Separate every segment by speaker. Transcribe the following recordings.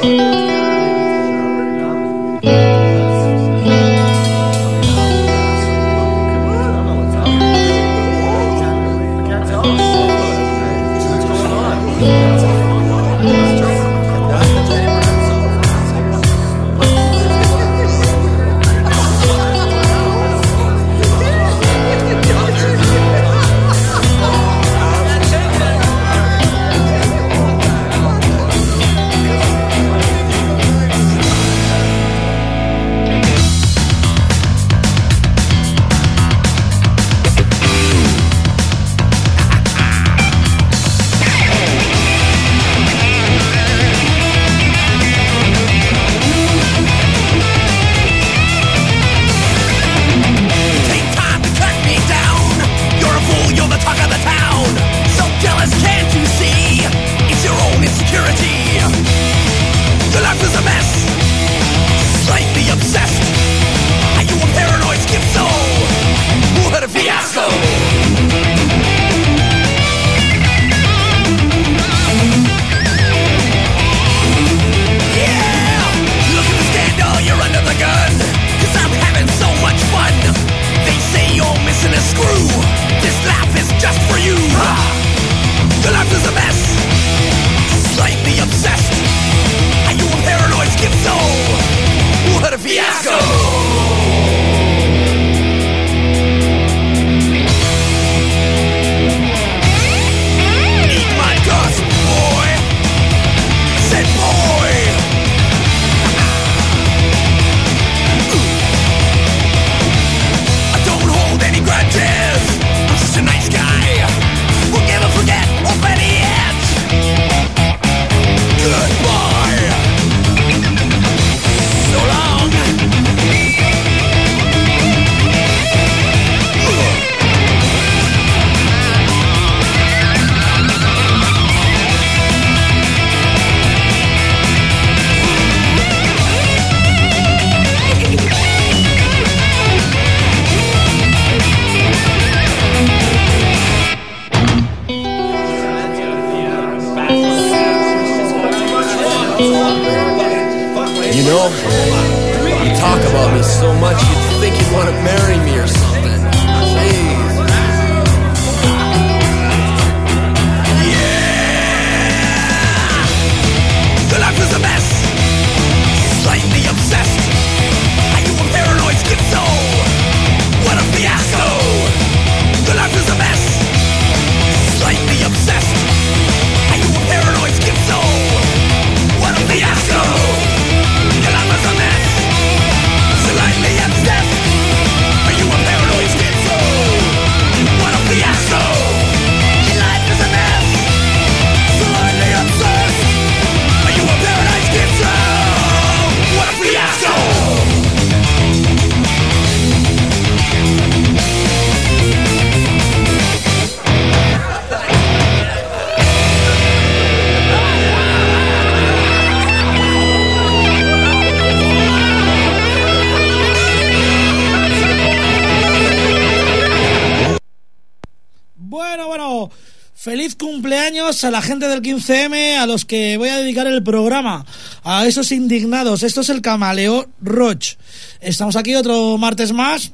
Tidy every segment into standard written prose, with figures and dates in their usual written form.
Speaker 1: Feliz cumpleaños a la gente del 15M, a los que voy a dedicar el programa, a esos indignados. Esto es el Camaleón Roach. Estamos aquí otro martes más,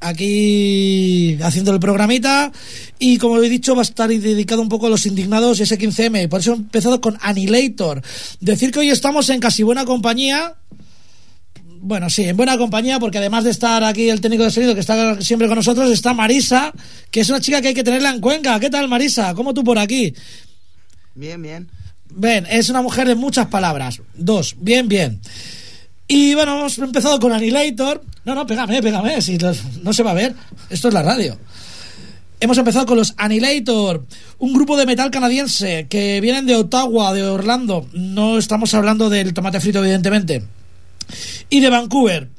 Speaker 1: aquí haciendo el programita, y como he dicho va a estar dedicado un poco a los indignados y ese 15M. Por eso he empezado con Annihilator. Decir que hoy estamos en casi buena compañía. Bueno, sí, en buena compañía, porque además de estar aquí el técnico de sonido que está siempre con nosotros, está Marisa, que es una chica que hay que tenerla en Cuenca. ¿Qué tal, Marisa? ¿Cómo tú por aquí?
Speaker 2: Bien, bien.
Speaker 1: Ven, es una mujer de muchas palabras. Dos, bien, bien. Y bueno, hemos empezado con Annihilator. No, pégame, si no se va a ver. Esto es la radio. Hemos empezado con los Annihilator, un grupo de metal canadiense que vienen de Ottawa, de Orlando. No estamos hablando del tomate frito, evidentemente. Y de Vancouver.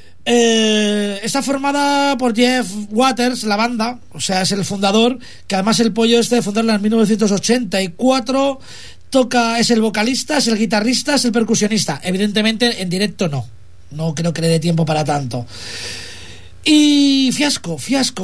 Speaker 1: Está formada por Jeff Waters, la banda, o sea, es el fundador, que además el pollo de fundarla en 1984, es el vocalista, es el guitarrista, es el percusionista. Evidentemente en directo no creo que le dé tiempo para tanto. Y fiasco.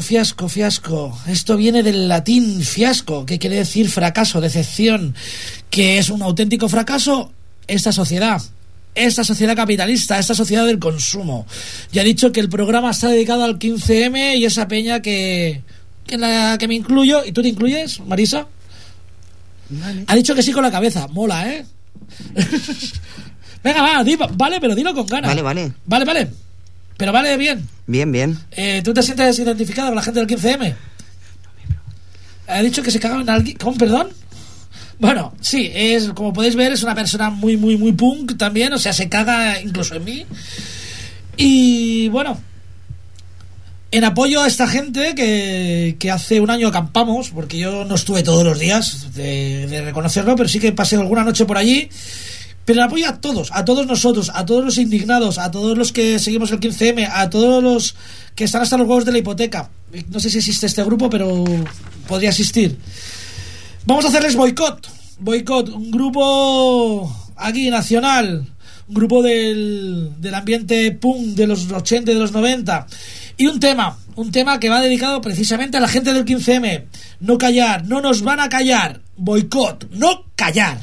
Speaker 1: Esto viene del latín fiasco, que quiere decir fracaso, decepción, que es un auténtico fracaso esta sociedad. esta sociedad capitalista, esta sociedad del consumo. Ya he dicho que el programa está dedicado al 15M y esa peña que en la que me incluyo. ¿Y tú te incluyes, Marisa?
Speaker 2: Vale.
Speaker 1: Ha dicho que sí con la cabeza. Mola, ¿eh? Venga, va, vale, pero dilo con ganas.
Speaker 2: Vale.
Speaker 1: Vale. Pero vale bien.
Speaker 2: Bien.
Speaker 1: ¿Tú te sientes identificado con la gente del 15M? Ha dicho que se cagaba en alguien. ¿Cómo, perdón? Bueno, sí, es, como podéis ver, es una persona muy punk también, o sea, se caga incluso en mí. Y bueno, en apoyo a esta gente que hace un año acampamos, porque yo no estuve todos los días de reconocerlo, pero sí que pasé alguna noche por allí. Pero en apoyo a todos nosotros, a todos los indignados, a todos los que seguimos el 15M, a todos los que están hasta los huevos de la hipoteca. No sé si existe este grupo, pero podría existir. Vamos a hacerles boicot, un grupo aquí nacional, un grupo del ambiente punk de los 80 y de los 90, y un tema que va dedicado precisamente a la gente del 15M. No callar, no nos van a callar, boicot, no callar.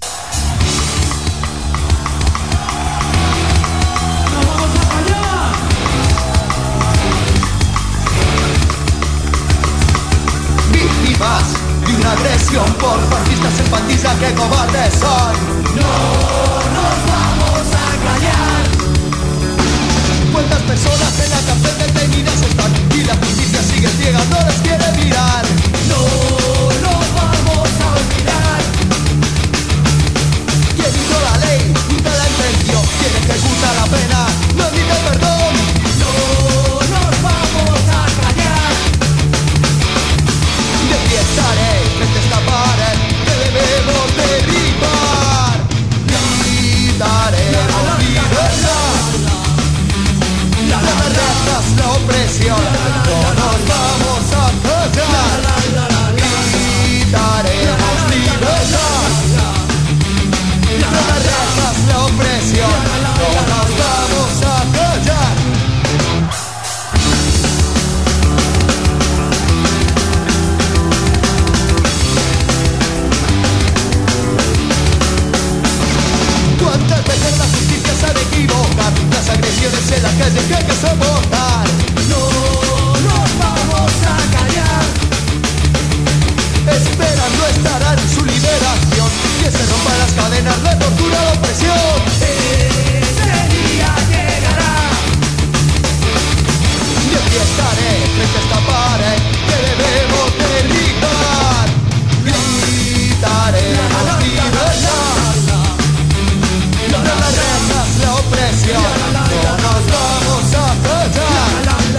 Speaker 3: Víctimas de una agresión por fascistas empatiza, que cobardes son. No nos vamos a callar. ¿Cuántas personas en la cárcel detenidas están y la justicia sigue ciega, no les quiere mirar? No nos vamos a olvidar. Quien hizo la ley, nunca la entendió. Quien ejecuta la pena, no dice perdón. No nos vamos a callar. De pie estaré frente a esta pared que debemos derribar. Gritaremos libertad. Las rejas, la opresión, no nos vamos a callar. Gritaremos libertad. Las rejas, la opresión, no nos vamos a callar. ¿Cuántas veces la justicia sabe equivocar? Las agresiones en la calle que hay que soportar. No nos vamos a callar. Esperando estarán su liberación, que se rompan las cadenas de tortura y opresión. Ese día llegará. Y aquí estaré frente a esta pared que debemos derribar. Gritaremos libertad. Las rejas, la opresión, no nos vamos a callar.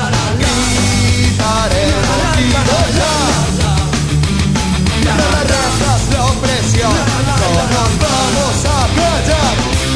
Speaker 3: Gritaremos libertad. Las rejas, la opresión, no nos vamos a callar.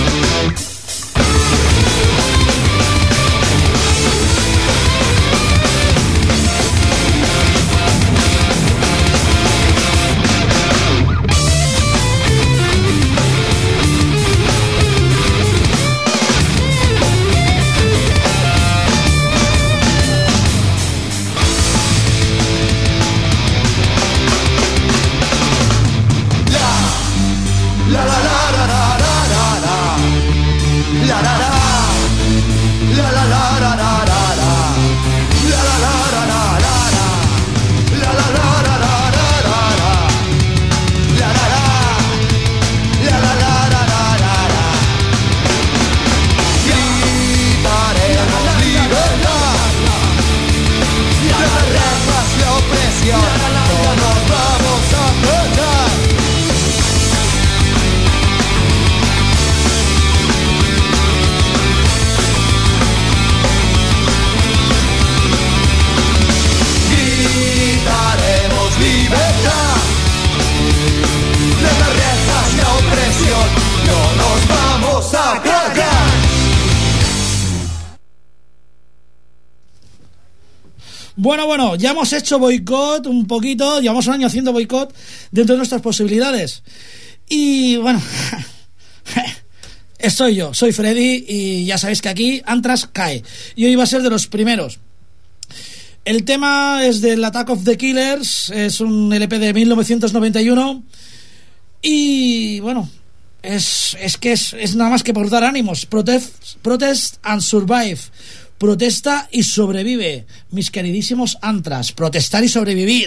Speaker 1: Bueno, ya hemos hecho boicot un poquito, llevamos un año haciendo boicot dentro de nuestras posibilidades. Y bueno, soy Freddy, y ya sabéis que aquí Anthrax cae. Y hoy va a ser de los primeros. El tema es del Attack of the Killers, es un LP de 1991. Y bueno, Es que es nada más que por dar ánimos. Protest and survive. Protesta y sobrevive. Mis queridísimos antras. Protestar y sobrevivir.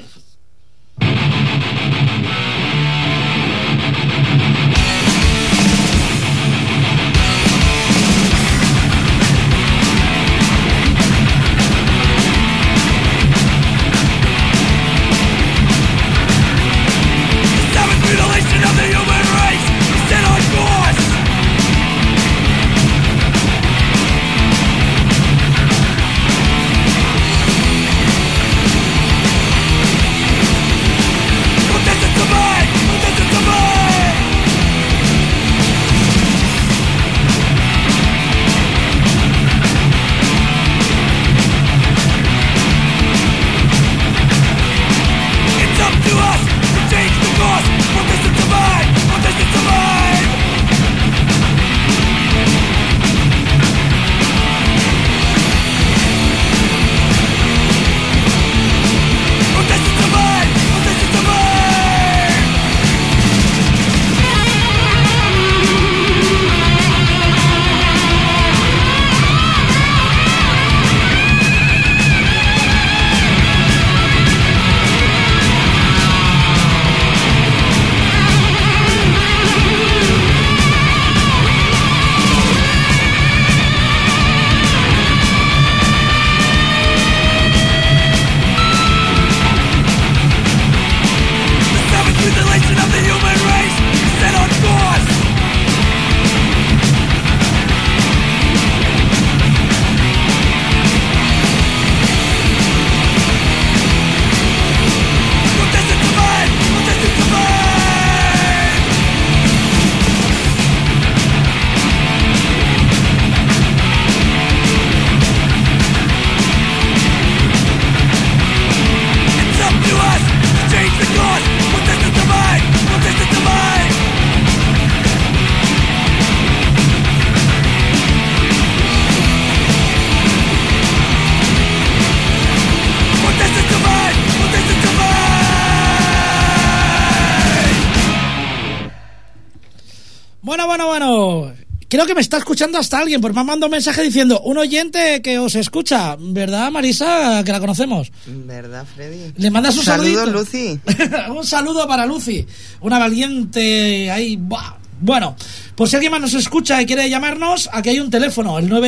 Speaker 1: Bueno. Creo que me está escuchando hasta alguien, porque me ha mandado un mensaje diciendo, un oyente que os escucha, ¿verdad, Marisa? Que la conocemos.
Speaker 2: ¿Verdad, Freddy?
Speaker 1: Le mandas un saludito.
Speaker 2: Saludos, Lucy.
Speaker 1: Un saludo para Lucy, una valiente ahí. ¡Buah! Bueno, por si alguien más nos escucha y quiere llamarnos, aquí hay un teléfono, el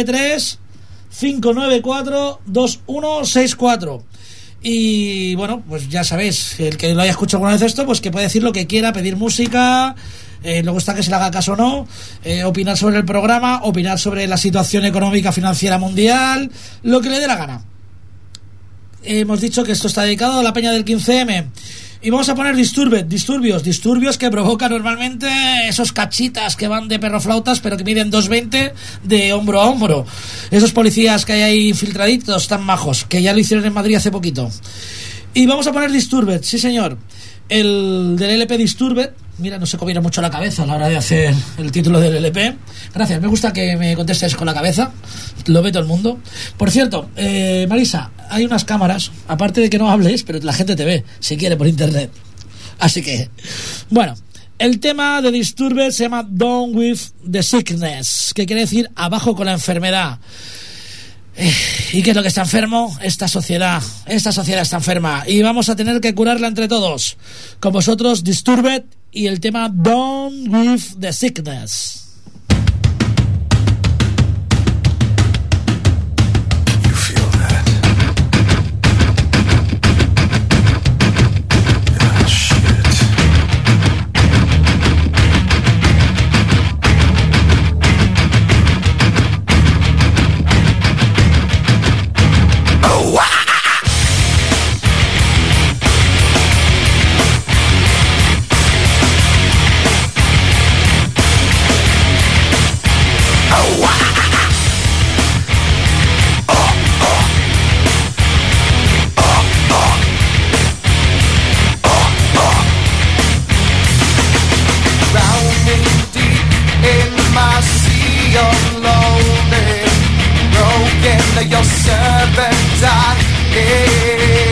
Speaker 1: 93-594-2164. Y bueno, pues ya sabéis, el que lo haya escuchado alguna vez esto, pues que puede decir lo que quiera, pedir música, luego está que se le haga caso o no, opinar sobre el programa, opinar sobre la situación económica financiera mundial, lo que le dé la gana. Hemos dicho que esto está dedicado a la peña del 15M. Y vamos a poner disturbios que provocan normalmente esos cachitas que van de perroflautas pero que miden 2,20 de hombro a hombro. Esos policías que hay ahí infiltraditos tan majos, que ya lo hicieron en Madrid hace poquito. Y vamos a poner Disturbed, sí señor. El del LP Disturbed. Mira, no se comiera mucho la cabeza a la hora de hacer el título del LP. Gracias, me gusta que me contestes con la cabeza. Lo ve todo el mundo. Por cierto, Marisa, hay unas cámaras, aparte de que no hables, pero la gente te ve, si quiere, por internet. Así que, bueno, el tema de Disturbed se llama Down with the Sickness, que quiere decir abajo con la enfermedad. ¿Y qué es lo que está enfermo? Esta sociedad está enferma y vamos a tener que curarla entre todos. Con vosotros, Disturbed y el tema Down with the Sickness.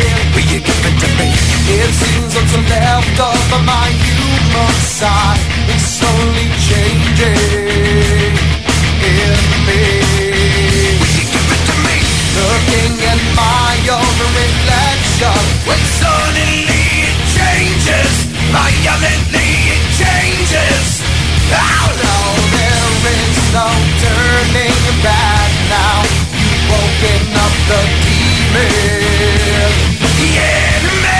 Speaker 3: Left over my human side. slowly changing in me. Give it to me. Looking at my own reflection, when suddenly it changes, violently it changes. Oh no, there is no turning back now. You've woken up the demon, the enemy.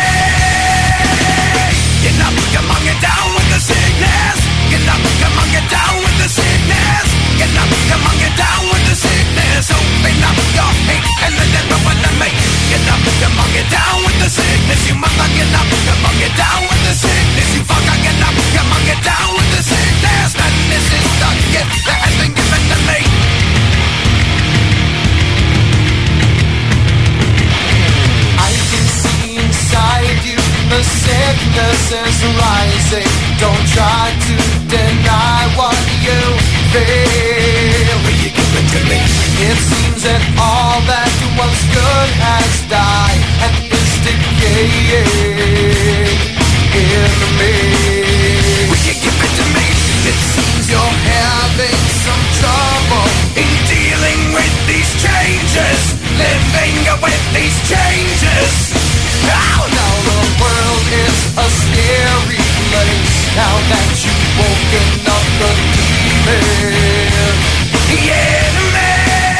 Speaker 3: Get up, come on, get down with the sickness. Get up, come on, get down with the sickness. Get up, come on, get down with the sickness. Open up your hate and let it run to me. Get up, come on, get down with the sickness. You mother, get up, come on, get down with the sickness. You fucker, get up, come on, get down with the sickness. And this is the gift that has been given to me. I can see inside you, the sickness is rising. Don't try to deny what you feel. You give it to me. It seems that all that was good has died and is decaying in me. Will you give it to me? It seems you're having some trouble in dealing with these changes, living with these changes. Oh no, the world is a scary place now that you've woken up the demon, the enemy.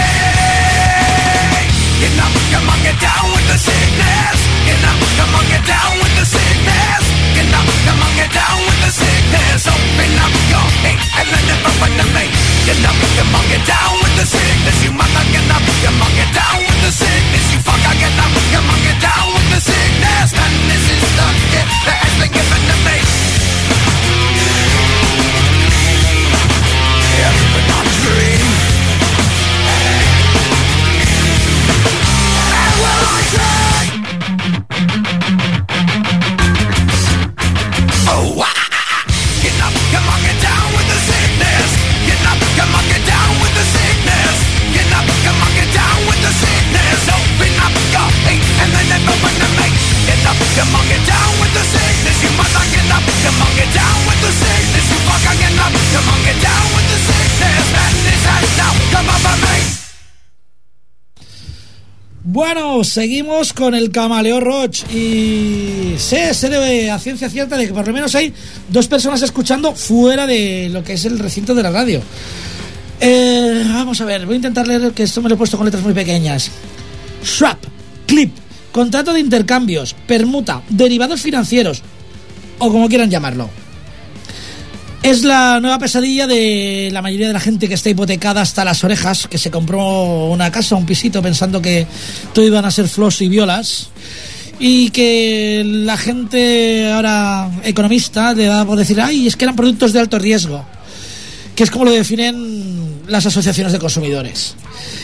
Speaker 3: Get up, come on, get down with the sickness. Get up, come on, get down with the sickness. Get up, come on, get down with the sickness. Open up your hate and let it run to me. Get up, come on, get down with the sickness. You mother, get up, come on, get down with the sickness. You fucker, get up, come on, get down with the sickness. And this is the gift that has been given to me. Every not dream. And will I dream? Oh, get up, come on, get down with the sickness. Get up, come on, get down with the sickness. Get up, come on, get down with the sickness. Open up your hate and then never run to me. Get up, come on, get down with the sickness. You mother, get up, come on, get down with the sickness. You fucker, get up, come on, get down with the sickness. And this has now come over me.
Speaker 1: Bueno, seguimos con el Camaleón Roach y se debe a ciencia cierta de que por lo menos hay 2 personas escuchando fuera de lo que es el recinto de la radio. Vamos a ver, voy a intentar leer, que esto me lo he puesto con letras muy pequeñas. Swap, clip, contrato de intercambios, permuta, derivados financieros o como quieran llamarlo. Es la nueva pesadilla de la mayoría de la gente que está hipotecada hasta las orejas, que se compró una casa, un pisito, pensando que todo iban a ser flores y violas, y que la gente ahora economista le da por decir, ay, es que eran productos de alto riesgo, que es como lo definen las asociaciones de consumidores.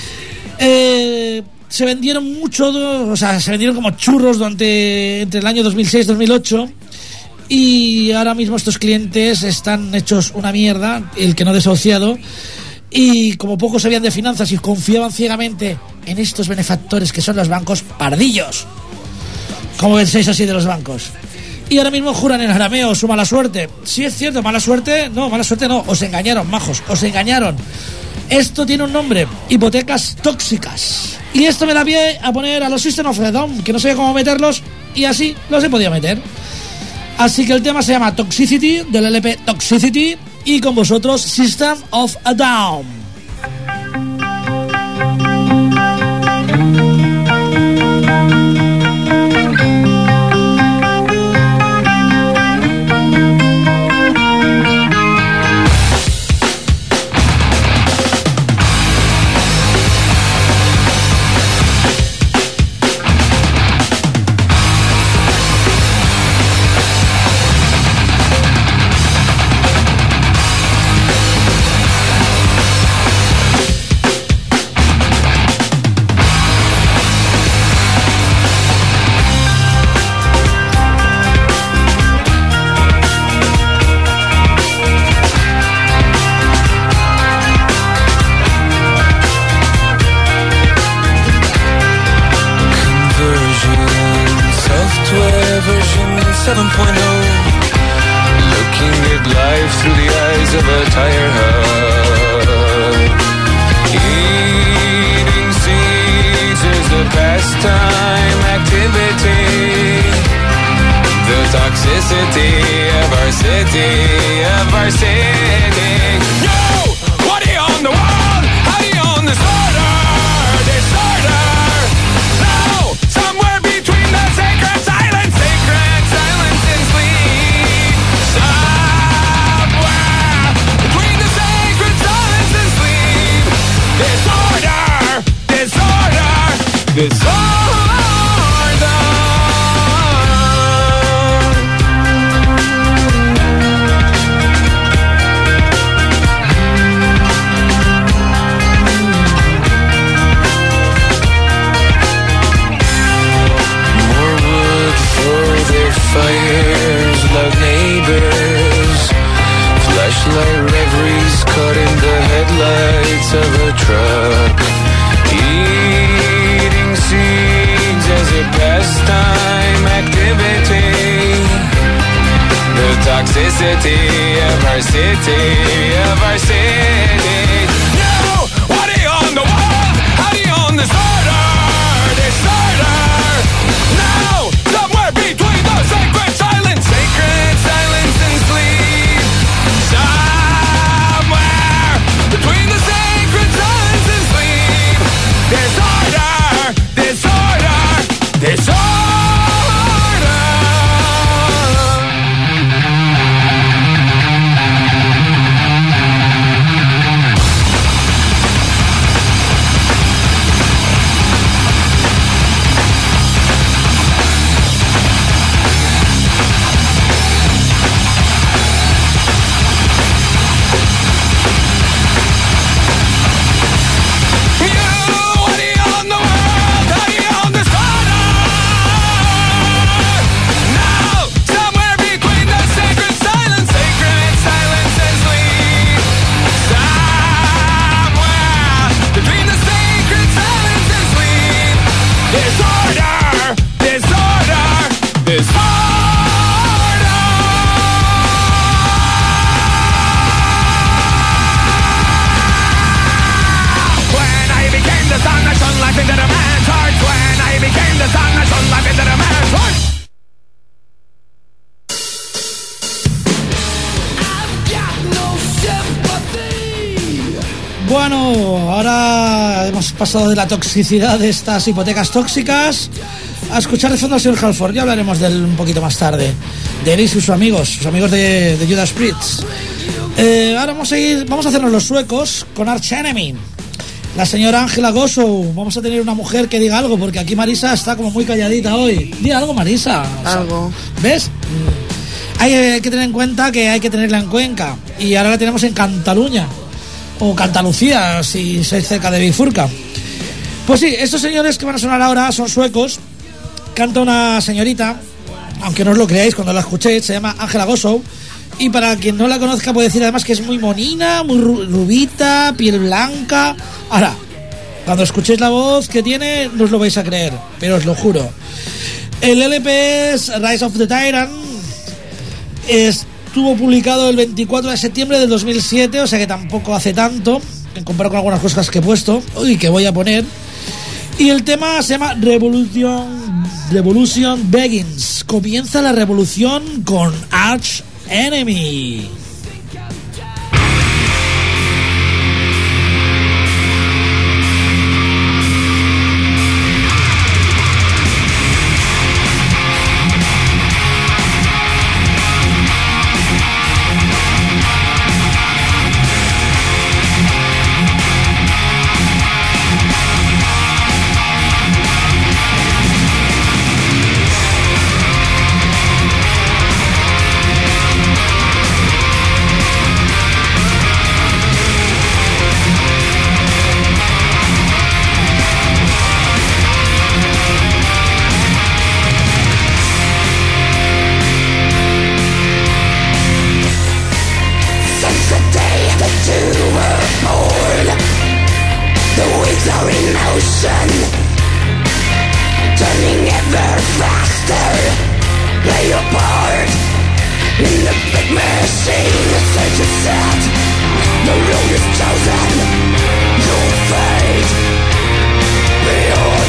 Speaker 1: Se vendieron mucho, o sea, se vendieron como churros entre el año 2006 y 2008. Y ahora mismo estos clientes están hechos una mierda, el que no desahuciado, y como pocos sabían de finanzas y confiaban ciegamente en estos benefactores que son los bancos pardillos, como pensáis así de los bancos, y ahora mismo juran en arameo su mala suerte. Sí, es cierto, mala suerte no, os engañaron, majos, os engañaron. Esto tiene un nombre, hipotecas tóxicas, y esto me da pie a poner a los System of a Down, que no sabía cómo meterlos, y así los he podido meter. Así que el tema se llama Toxicity, del LP Toxicity, y con vosotros System of a Down.
Speaker 4: toxicity of our city, of our city. Yo, what do you own the world? How do you own disorder? No, somewhere between the sacred silence and sleep. Somewhere between the sacred silence and sleep. Disorder. Fires, loud neighbors, flashlight reveries caught in the headlights of a truck. Eating seeds as a pastime activity. The toxicity of our city, of our city. No, what do you own the world? How do you own disorder? No, somewhere between the sacred silence and sleep. Somewhere between the sacred silence and sleep. Disorder.
Speaker 1: Bueno, ahora hemos pasado de la toxicidad de estas hipotecas tóxicas a escuchar de fondo al señor Halford. Ya hablaremos de él un poquito más tarde. De él y sus amigos de Judas Priest. Ahora vamos a hacernos los suecos con Arch Enemy. La señora Angela Gossow. Vamos a tener una mujer que diga algo, porque aquí Marisa está como muy calladita hoy. Di algo, Marisa.
Speaker 2: Algo.
Speaker 1: ¿Ves? Hay que tener en cuenta que hay que tenerla en Cuenca. Y ahora la tenemos en Cantaluña. O Cantalucía, si sois cerca de Bifurca. Pues sí, estos señores que van a sonar ahora son suecos. Canta una señorita, aunque no os lo creáis cuando la escuchéis, se llama Angela Gossow. Y para quien no la conozca puede decir además que es muy monina, muy rubita, piel blanca. Ahora, cuando escuchéis la voz que tiene, no os lo vais a creer, pero os lo juro. El LP es Rise of the Tyrant. Estuvo publicado el 24 de septiembre del 2007, o sea que tampoco hace tanto, en comparado con algunas cosas que he puesto y que voy a poner. Y el tema se llama Revolution Begins. Comienza la revolución con Arch Enemy.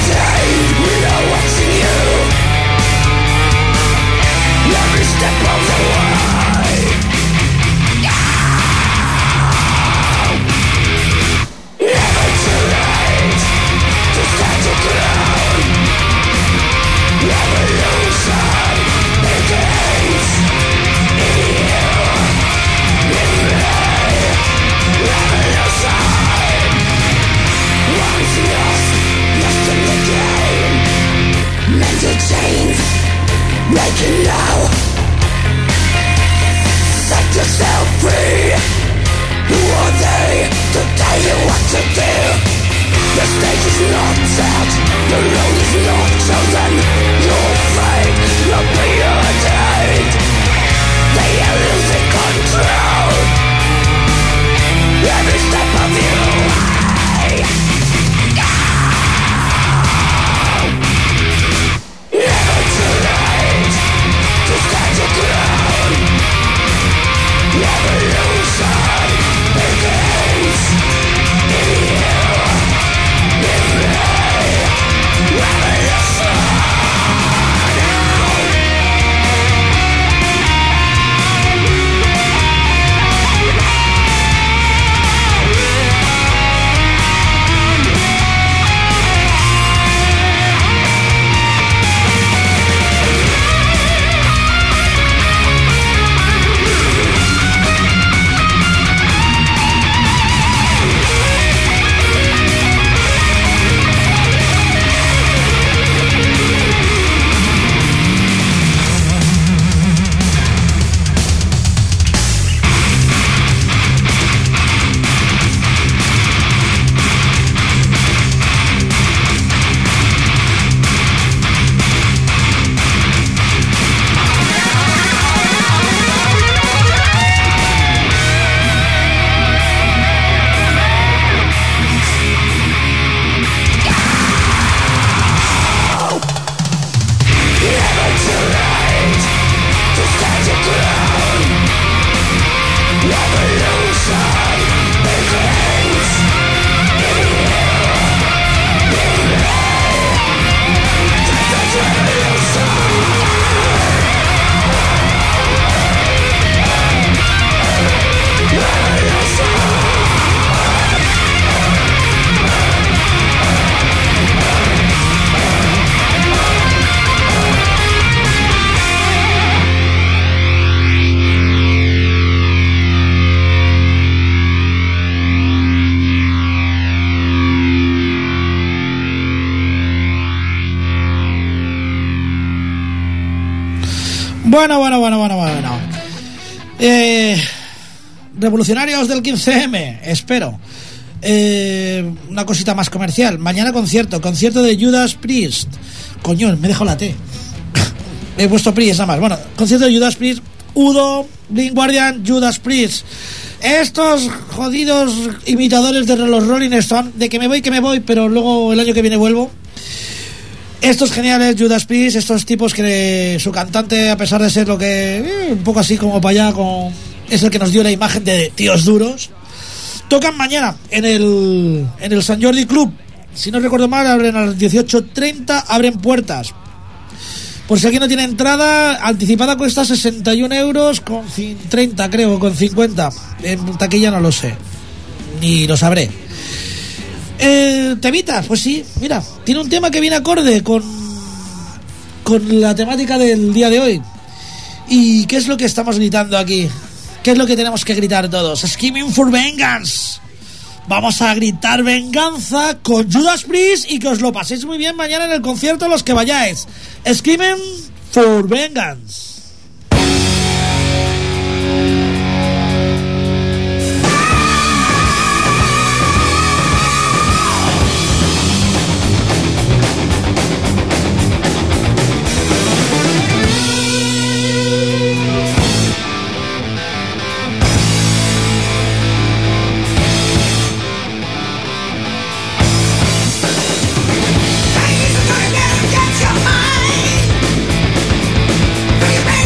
Speaker 5: Step of
Speaker 1: Bueno. Revolucionarios del 15M, espero. Una cosita más comercial. Mañana concierto de Judas Priest. Coño, me he dejado la T. He puesto Priest nada más. Bueno, concierto de Judas Priest, Udo, Blind Guardian, Judas Priest. Estos jodidos imitadores de los Rolling Stones, de que me voy, pero luego el año que viene vuelvo. Estos geniales Judas Priest, estos tipos que su cantante, a pesar de ser lo que un poco así como para allá, es el que nos dio la imagen de tíos duros, tocan mañana en el Sant Jordi Club. Si no recuerdo mal, abren a las 18:30, abren puertas. Por si alguien no tiene entrada, anticipada cuesta 61 euros, con 30 creo, con 50. En taquilla no lo sé, ni lo sabré. Temitas, pues sí, mira, tiene un tema que viene acorde con la temática del día de hoy. ¿Y qué es lo que estamos gritando aquí? ¿Qué es lo que tenemos que gritar todos? Screaming for Vengeance. Vamos a gritar venganza con Judas Priest y que os lo paséis muy bien mañana en el concierto los que vayáis. Screaming for Vengeance.
Speaker 5: Get your mind.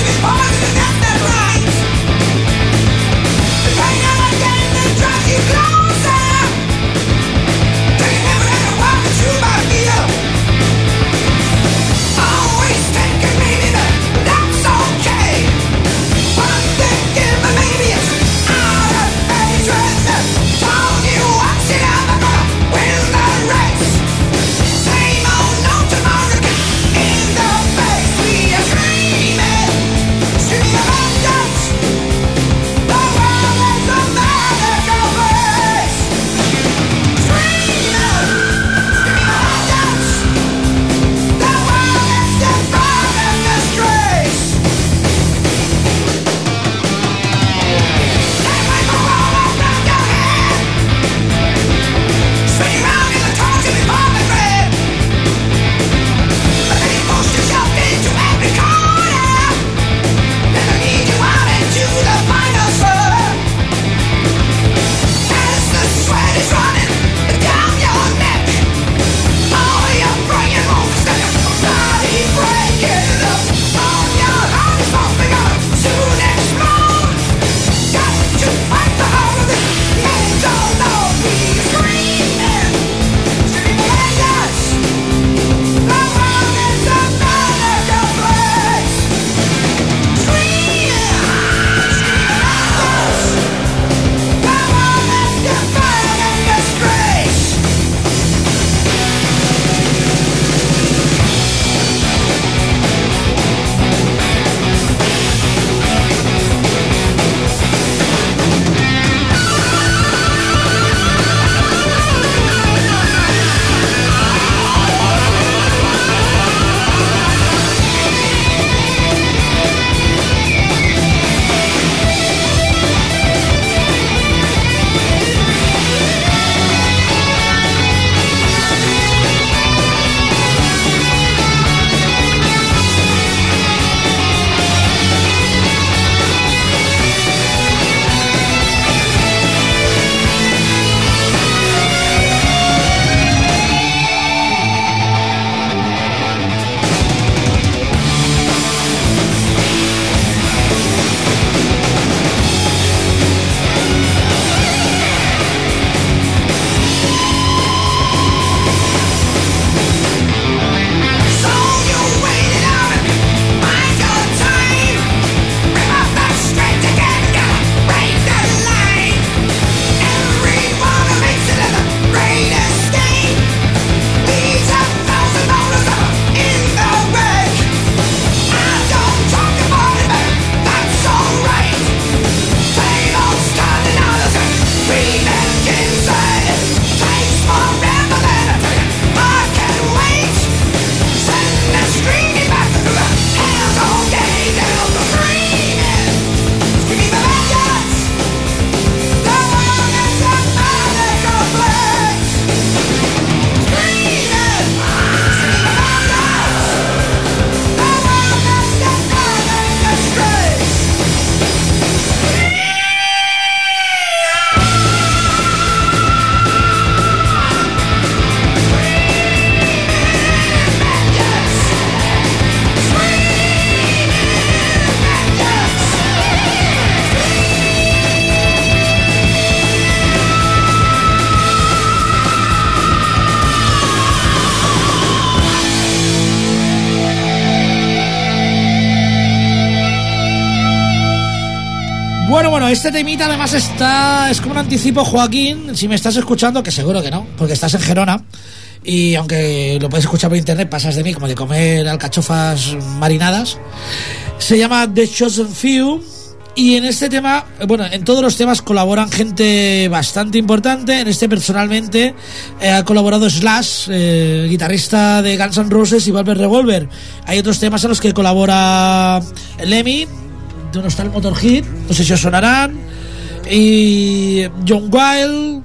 Speaker 1: Bueno, este temita además es como un anticipo, Joaquín, si me estás escuchando, que seguro que no, porque estás en Gerona, y aunque lo puedes escuchar por internet, pasas de mí como de comer alcachofas marinadas. Se llama The Chosen Few, y en este tema, bueno, en todos los temas colaboran gente bastante importante. En este personalmente ha colaborado Slash, guitarrista de Guns N' Roses y Velvet Revolver. Hay otros temas en los que colabora Lemmy, de uno está el Motorhead, no sé si os sonarán, y John Wild,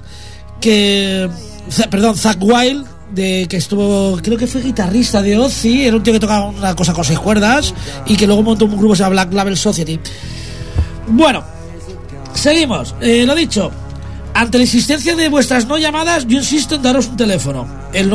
Speaker 1: Zakk Wylde, que estuvo, creo que fue guitarrista de Ozzy, era un tío que tocaba una cosa con 6 cuerdas y que luego montó un grupo que se llama Black Label Society. Bueno, seguimos. Lo dicho, ante la insistencia de vuestras no llamadas, yo insisto en daros un teléfono, el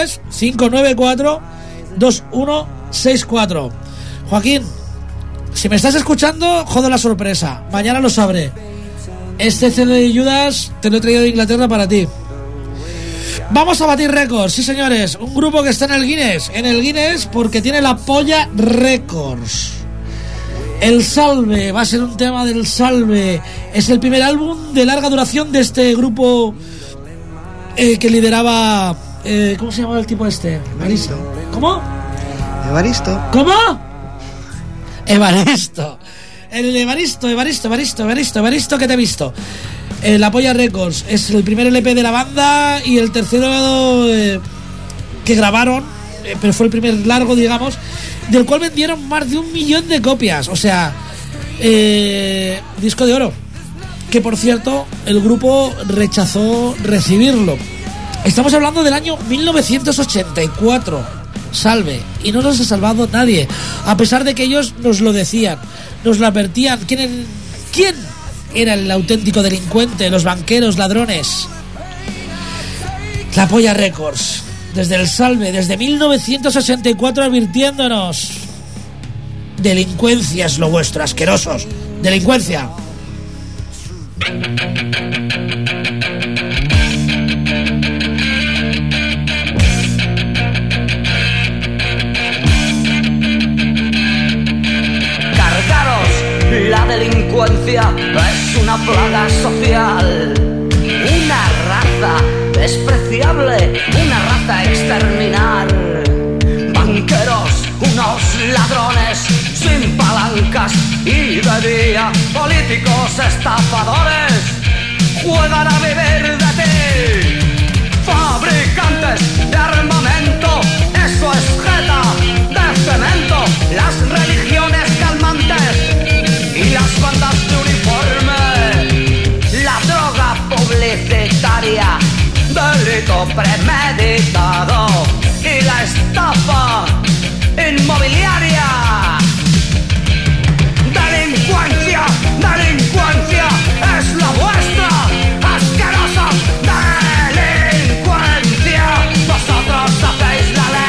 Speaker 1: 93-594-2164. Joaquín, si me estás escuchando, jodo la sorpresa, mañana lo sabré. Este CD de Judas te lo he traído de Inglaterra para ti. Vamos a batir récords, sí señores. Un grupo que está en el Guinness porque tiene la Polla Records. El Salve, va a ser un tema del Salve. Es el primer álbum de larga duración de este grupo que lideraba... ¿cómo se llamaba el tipo este? Evaristo. ¿Cómo?
Speaker 2: Evaristo.
Speaker 1: ¿Cómo? Evaristo. El Evaristo, que te he visto. La Polla Records es el primer LP de la banda y el tercero que grabaron, pero fue el primer largo, digamos, del cual vendieron más de 1 millón de copias. O sea, disco de oro, que por cierto el grupo rechazó recibirlo. Estamos hablando del año 1984. Salve, y no nos ha salvado nadie, a pesar de que ellos nos lo decían, nos lo advertían. ¿Quién era el auténtico delincuente? Los banqueros, ladrones. La Polla Records, desde el Salve, desde 1984, advirtiéndonos: delincuencia es lo vuestro, asquerosos, delincuencia.
Speaker 5: La delincuencia es una plaga social, una raza despreciable, una raza a exterminar. Banqueros, unos ladrones sin palancas, y de día políticos estafadores juegan a vivir de ti. Fabricantes de armamento, eso es jeta de cemento. Las religiones calmantes y las bandas de uniforme, la droga publicitaria, delito premeditado, y la estafa inmobiliaria. Delincuencia, delincuencia es la vuestra, asquerosos, delincuencia, vosotros hacéis la ley.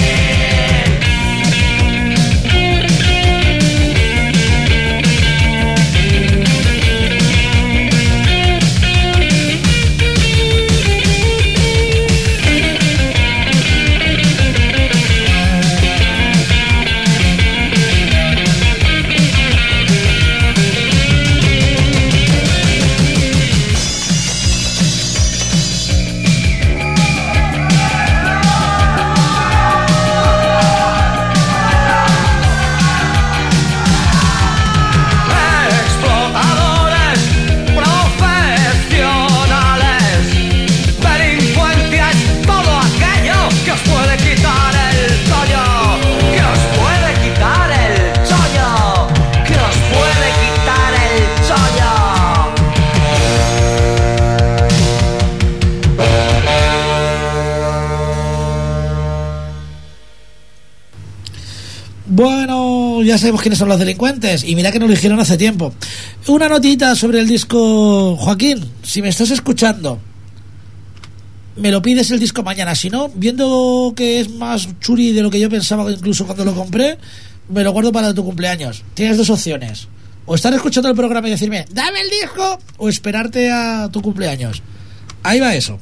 Speaker 1: Bueno, ya sabemos quiénes son los delincuentes, y mira que nos lo dijeron hace tiempo. Una notita sobre el disco, Joaquín, si me estás escuchando, me lo pides el disco mañana. Si no, viendo que es más churi de lo que yo pensaba incluso cuando lo compré, me lo guardo para tu cumpleaños. Tienes 2 opciones: o estar escuchando el programa y decirme dame el disco, o esperarte a tu cumpleaños. Ahí va eso.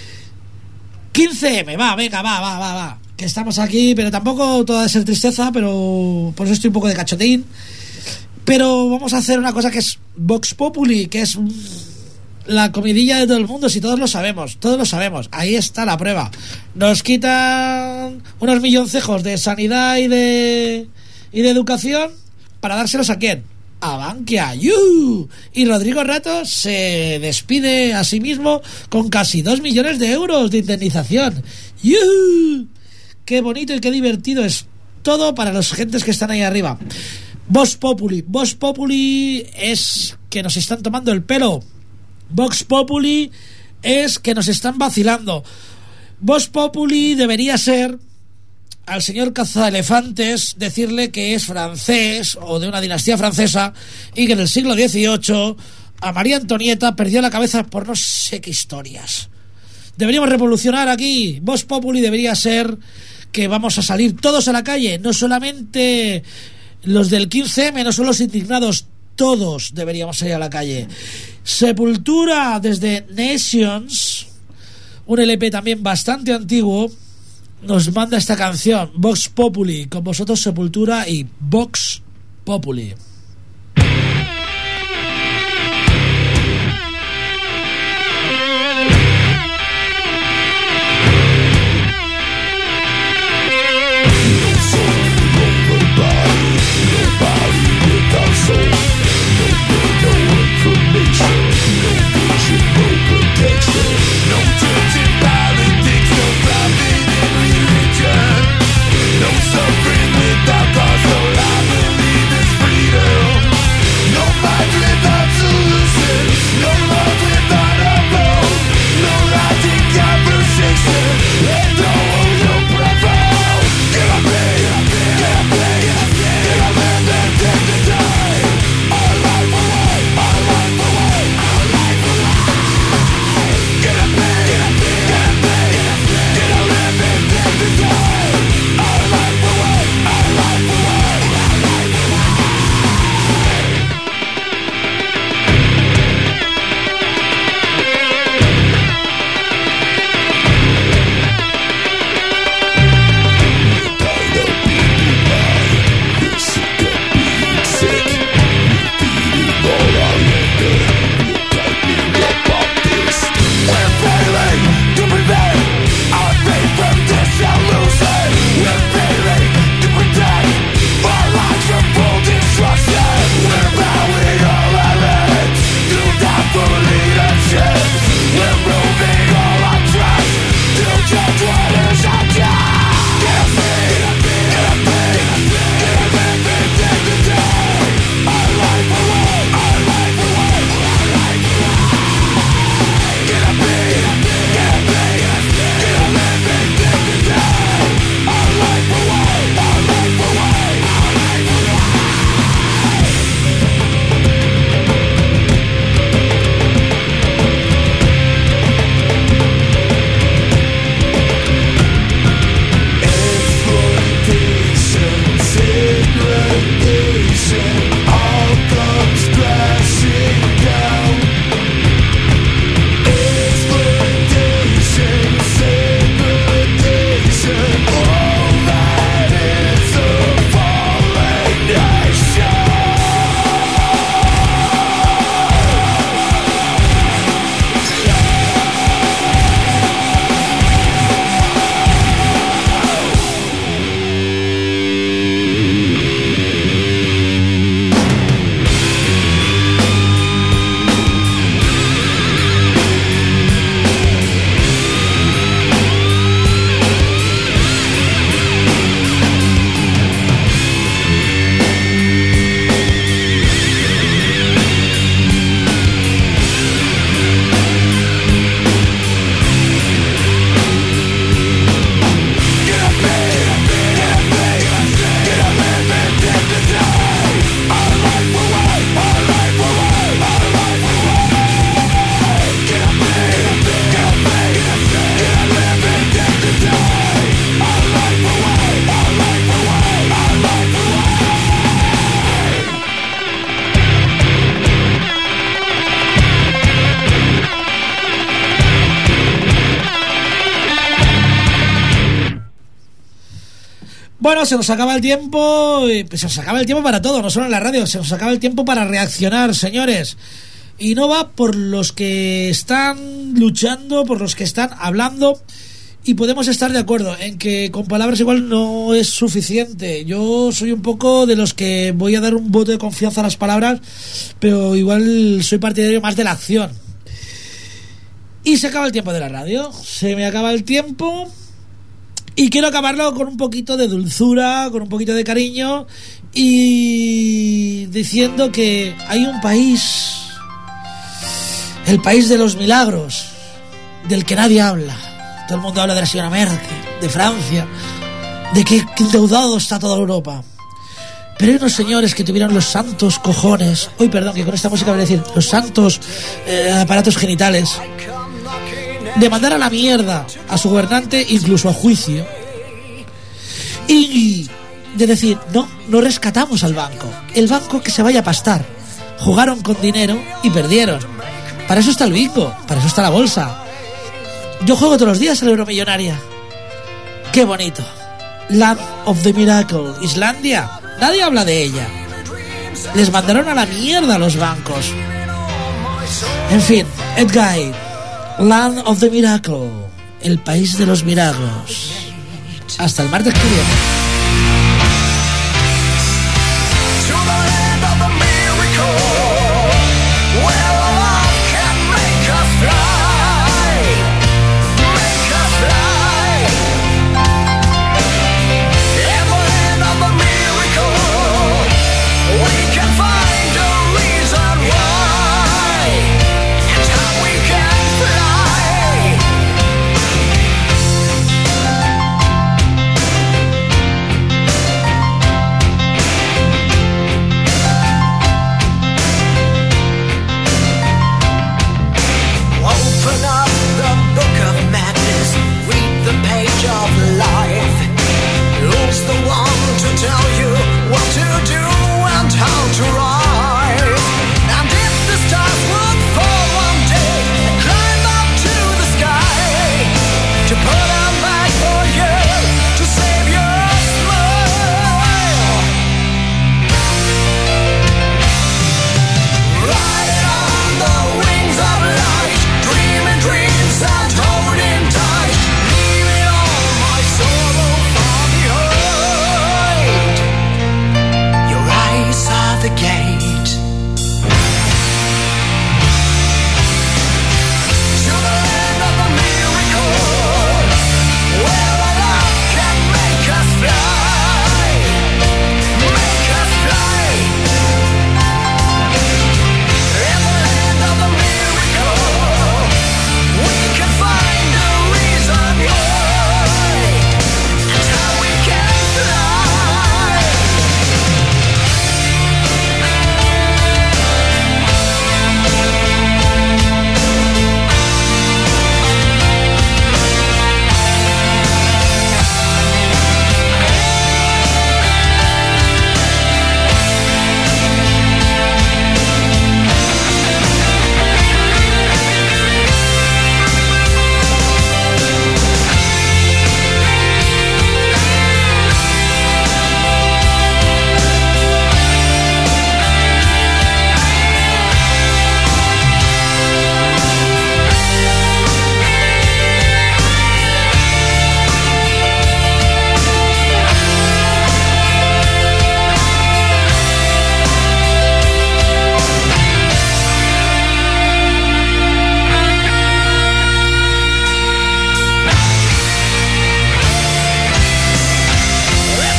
Speaker 1: 15M, va, que estamos aquí, pero tampoco toda de ser tristeza, pero por eso estoy un poco de cachotín. Pero vamos a hacer una cosa que es Vox Populi, que es la comidilla de todo el mundo, si todos lo sabemos, ahí está la prueba. Nos quitan unos milloncejos de sanidad y de educación para dárselos ¿a quién? A Bankia. ¡Yuhu! Y Rodrigo Rato se despide a sí mismo con casi 2 millones de euros de indemnización. ¡Yuhu! Qué bonito y qué divertido es todo para los gentes que están ahí arriba. Vox Populi. Vox Populi es que nos están tomando el pelo. Vox Populi es que nos están vacilando. Vox Populi debería ser al señor Cazaelefantes decirle que es francés o de una dinastía francesa y que en el siglo XVIII a María Antonieta perdió la cabeza por no sé qué historias. Deberíamos revolucionar aquí. Vox Populi debería ser que vamos a salir todos a la calle, no solamente los del 15M, no son los indignados, todos deberíamos salir a la calle. Sepultura desde Nations, un LP también bastante antiguo, nos manda esta canción, Vox Populi, con vosotros Sepultura y Vox Populi.
Speaker 6: Freedom.
Speaker 1: Bueno, se nos acaba el tiempo, y se nos acaba el tiempo para todo, no solo en la radio, se nos acaba el tiempo para reaccionar, señores. Y no va por los que están luchando, por los que están hablando, y podemos estar de acuerdo en que con palabras igual no es suficiente. Yo soy un poco de los que voy a dar un voto de confianza a las palabras, pero igual soy partidario más de la acción. Y se acaba el tiempo de la radio, se me acaba el tiempo... Y quiero acabarlo con un poquito de dulzura, con un poquito de cariño y diciendo que hay un país, el país de los milagros, del que nadie habla. Todo el mundo habla de la señora Merkel, de Francia, de que endeudado está toda Europa. Pero hay unos señores que tuvieron los santos cojones, uy, perdón, que con esta música voy a decir, los santos aparatos genitales, de mandar a la mierda a su gobernante, incluso a juicio, y de decir, no rescatamos al banco, el banco que se vaya a pastar. Jugaron con dinero y perdieron. Para eso está el bingo, para eso está la bolsa. Yo juego todos los días a la Euromillonaria. Qué bonito. Land of the Miracle, Islandia, nadie habla de ella. Les mandaron a la mierda a los bancos. En fin, Edguy, Land of the Miracle, el país de los milagros. Hasta el martes que viene.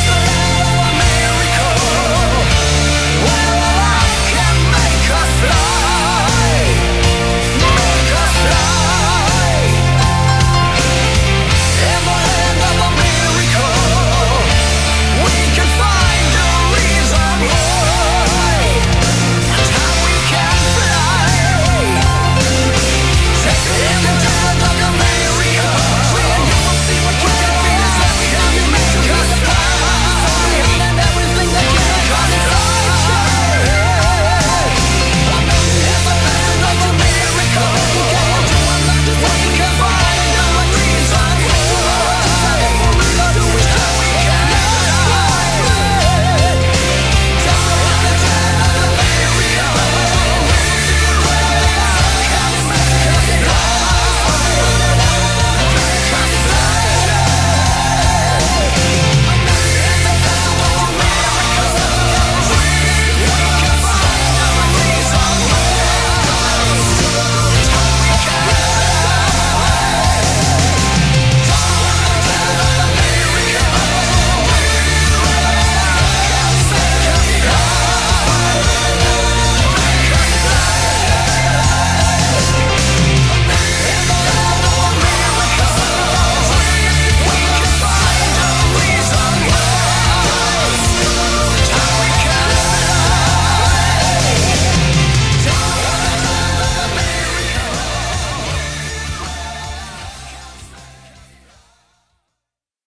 Speaker 3: Fly.